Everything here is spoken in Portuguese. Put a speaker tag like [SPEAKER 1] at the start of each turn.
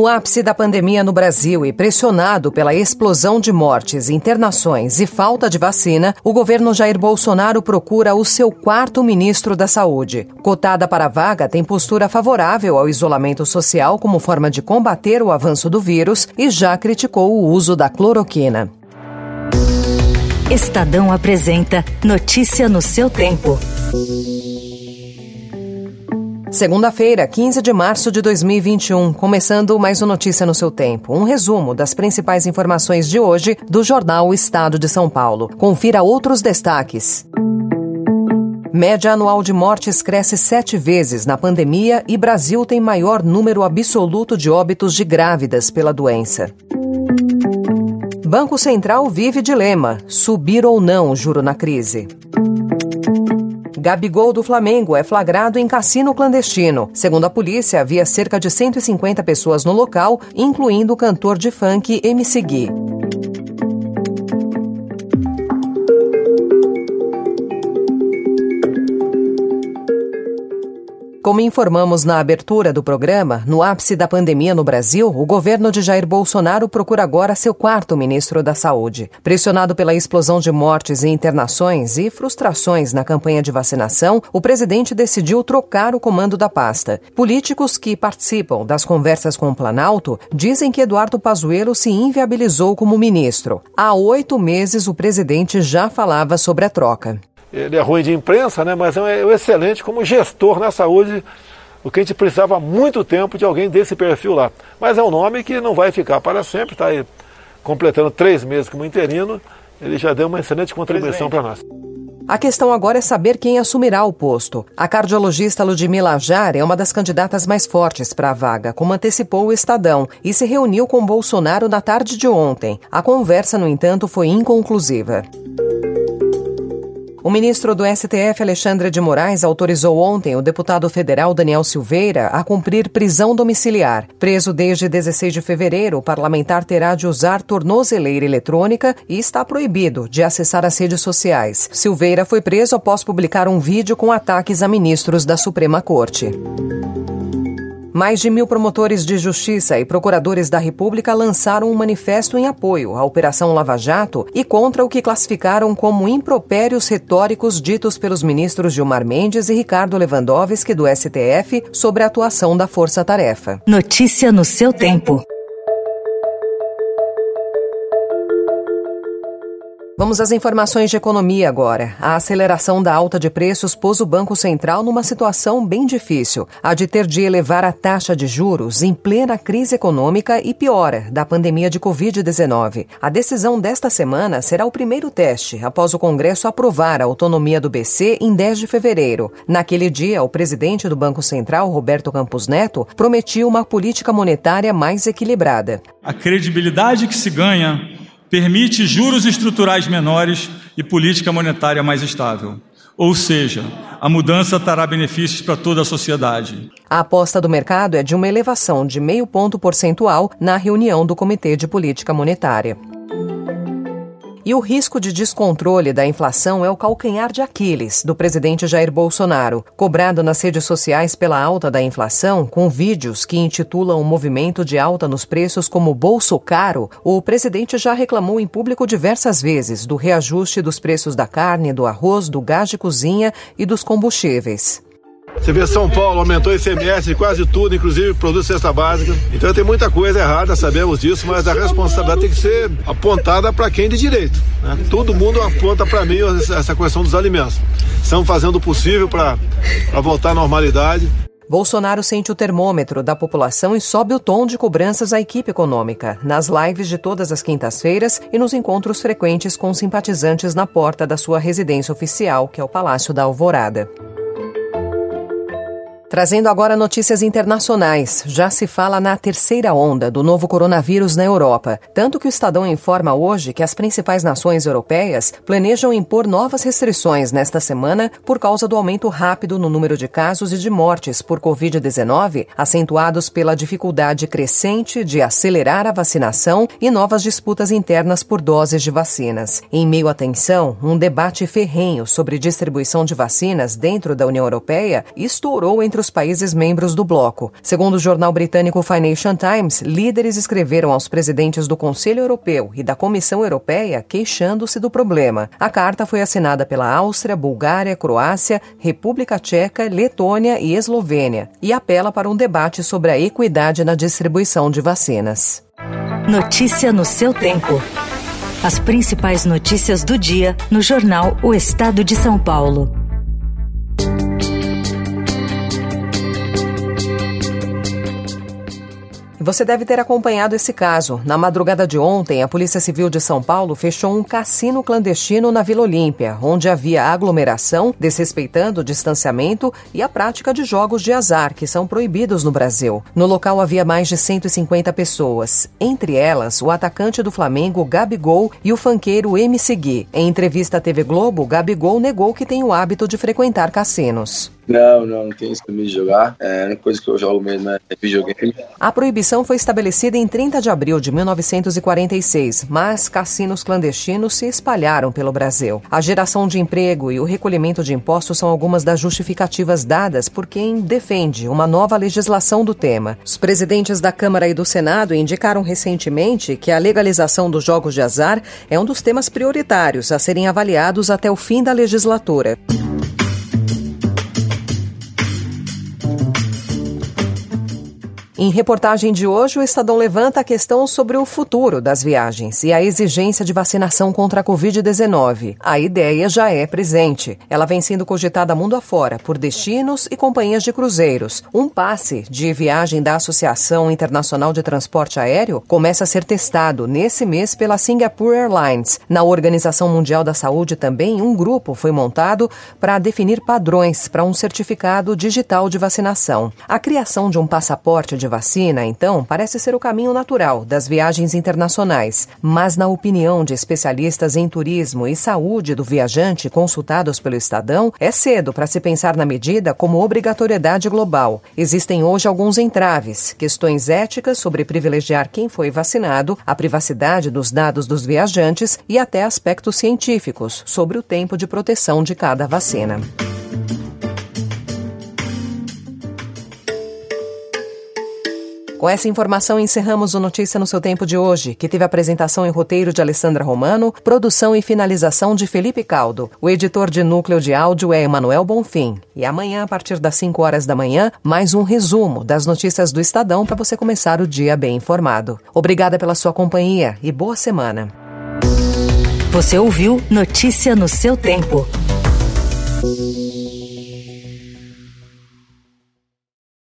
[SPEAKER 1] No ápice da pandemia no Brasil e pressionado pela explosão de mortes, internações e falta de vacina, o governo Jair Bolsonaro procura o seu quarto ministro da Saúde. Cotada para a vaga, tem postura favorável ao isolamento social como forma de combater o avanço do vírus e já criticou o uso da cloroquina.
[SPEAKER 2] Estadão apresenta Notícia no seu tempo.
[SPEAKER 1] Segunda-feira, 15 de março de 2021, começando mais um Notícia no seu tempo. Um resumo das principais informações de hoje do jornal O Estado de São Paulo. Confira outros destaques. Média anual de mortes cresce 7 vezes na pandemia e Brasil tem maior número absoluto de óbitos de grávidas pela doença. Banco Central vive dilema: subir ou não o juro na crise. Gabigol do Flamengo é flagrado em cassino clandestino. Segundo a polícia, havia cerca de 150 pessoas no local, incluindo o cantor de funk MC Gui. Como informamos na abertura do programa, no ápice da pandemia no Brasil, o governo de Jair Bolsonaro procura agora seu quarto ministro da Saúde. Pressionado pela explosão de mortes e internações e frustrações na campanha de vacinação, o presidente decidiu trocar o comando da pasta. Políticos que participam das conversas com o Planalto dizem que Eduardo Pazuello se inviabilizou como ministro. Há 8 meses, o presidente já falava sobre a troca.
[SPEAKER 3] Ele é ruim de imprensa, né? Mas é excelente como gestor na saúde, o que a gente precisava há muito tempo de alguém desse perfil lá. Mas é um nome que não vai ficar para sempre, está aí completando 3 meses como interino, ele já deu uma excelente contribuição para nós.
[SPEAKER 1] A questão agora é saber quem assumirá o posto. A cardiologista Ludmila Ajar é uma das candidatas mais fortes para a vaga, como antecipou o Estadão, e se reuniu com Bolsonaro na tarde de ontem. A conversa, no entanto, foi inconclusiva. O ministro do STF, Alexandre de Moraes, autorizou ontem o deputado federal Daniel Silveira a cumprir prisão domiciliar. Preso desde 16 de fevereiro, o parlamentar terá de usar tornozeleira eletrônica e está proibido de acessar as redes sociais. Silveira foi preso após publicar um vídeo com ataques a ministros da Suprema Corte. Mais de 1.000 promotores de justiça e procuradores da República lançaram um manifesto em apoio à Operação Lava Jato e contra o que classificaram como impropérios retóricos ditos pelos ministros Gilmar Mendes e Ricardo Lewandowski do STF sobre a atuação da Força Tarefa.
[SPEAKER 2] Notícia no seu tempo.
[SPEAKER 1] Vamos às informações de economia agora. A aceleração da alta de preços pôs o Banco Central numa situação bem difícil, a de ter de elevar a taxa de juros em plena crise econômica e piora da pandemia de Covid-19. A decisão desta semana será o primeiro teste após o Congresso aprovar a autonomia do BC em 10 de fevereiro. Naquele dia, o presidente do Banco Central, Roberto Campos Neto, prometia uma política monetária mais equilibrada.
[SPEAKER 4] A credibilidade que se ganha permite juros estruturais menores e política monetária mais estável. Ou seja, a mudança trará benefícios para toda a sociedade.
[SPEAKER 1] A aposta do mercado é de uma elevação de 0,5 ponto percentual na reunião do Comitê de Política Monetária. E o risco de descontrole da inflação é o calcanhar de Aquiles do presidente Jair Bolsonaro. Cobrado nas redes sociais pela alta da inflação, com vídeos que intitulam o movimento de alta nos preços como Bolso Caro, o presidente já reclamou em público diversas vezes do reajuste dos preços da carne, do arroz, do gás de cozinha e dos combustíveis.
[SPEAKER 3] Você vê São Paulo aumentou o ICMS de quase tudo, inclusive produtos de cesta básica. Então tem muita coisa errada, sabemos disso, mas a responsabilidade tem que ser apontada para quem de direito, né? Todo mundo aponta para mim essa questão dos alimentos. Estamos fazendo o possível para voltar à normalidade.
[SPEAKER 1] Bolsonaro sente o termômetro da população e sobe o tom de cobranças à equipe econômica, nas lives de todas as quintas-feiras e nos encontros frequentes com simpatizantes na porta da sua residência oficial, que é o Palácio da Alvorada. Trazendo agora notícias internacionais. Já se fala na terceira onda do novo coronavírus na Europa. Tanto que o Estadão informa hoje que as principais nações europeias planejam impor novas restrições nesta semana por causa do aumento rápido no número de casos e de mortes por Covid-19, acentuados pela dificuldade crescente de acelerar a vacinação e novas disputas internas por doses de vacinas. Em meio à tensão, um debate ferrenho sobre distribuição de vacinas dentro da União Europeia estourou entre os outros países membros do bloco. Segundo o jornal britânico Financial Times, líderes escreveram aos presidentes do Conselho Europeu e da Comissão Europeia queixando-se do problema. A carta foi assinada pela Áustria, Bulgária, Croácia, República Tcheca, Letônia e Eslovênia e apela para um debate sobre a equidade na distribuição de vacinas.
[SPEAKER 2] Notícia no seu tempo. As principais notícias do dia no jornal O Estado de São Paulo.
[SPEAKER 1] Você deve ter acompanhado esse caso. Na madrugada de ontem, a Polícia Civil de São Paulo fechou um cassino clandestino na Vila Olímpia, onde havia aglomeração, desrespeitando o distanciamento e a prática de jogos de azar, que são proibidos no Brasil. No local havia mais de 150 pessoas, entre elas o atacante do Flamengo, Gabigol, e o funkeiro MC Gui. Em entrevista à TV Globo, Gabigol negou que tem o hábito de frequentar cassinos.
[SPEAKER 5] Não tenho esse costume de jogar. A única coisa que eu jogo mesmo é videogame.
[SPEAKER 1] A proibição foi estabelecida em 30 de abril de 1946, mas cassinos clandestinos se espalharam pelo Brasil. A geração de emprego e o recolhimento de impostos são algumas das justificativas dadas por quem defende uma nova legislação do tema. Os presidentes da Câmara e do Senado indicaram recentemente que a legalização dos jogos de azar é um dos temas prioritários a serem avaliados até o fim da legislatura. Em reportagem de hoje, o Estadão levanta a questão sobre o futuro das viagens e a exigência de vacinação contra a Covid-19. A ideia já é presente. Ela vem sendo cogitada mundo afora por destinos e companhias de cruzeiros. Um passe de viagem da Associação Internacional de Transporte Aéreo começa a ser testado nesse mês pela Singapore Airlines. Na Organização Mundial da Saúde também, um grupo foi montado para definir padrões para um certificado digital de vacinação. A criação de um passaporte de vacina, então, parece ser o caminho natural das viagens internacionais. Mas, na opinião de especialistas em turismo e saúde do viajante consultados pelo Estadão, é cedo para se pensar na medida como obrigatoriedade global. Existem hoje alguns entraves, questões éticas sobre privilegiar quem foi vacinado, a privacidade dos dados dos viajantes e até aspectos científicos sobre o tempo de proteção de cada vacina. Com essa informação, encerramos o Notícia no seu Tempo de hoje, que teve apresentação e roteiro de Alessandra Romano, produção e finalização de Felipe Caldo. O editor de núcleo de áudio é Emanuel Bonfim. E amanhã, a partir das 5 horas da manhã, mais um resumo das notícias do Estadão para você começar o dia bem informado. Obrigada pela sua companhia e boa semana.
[SPEAKER 2] Você ouviu Notícia no seu Tempo.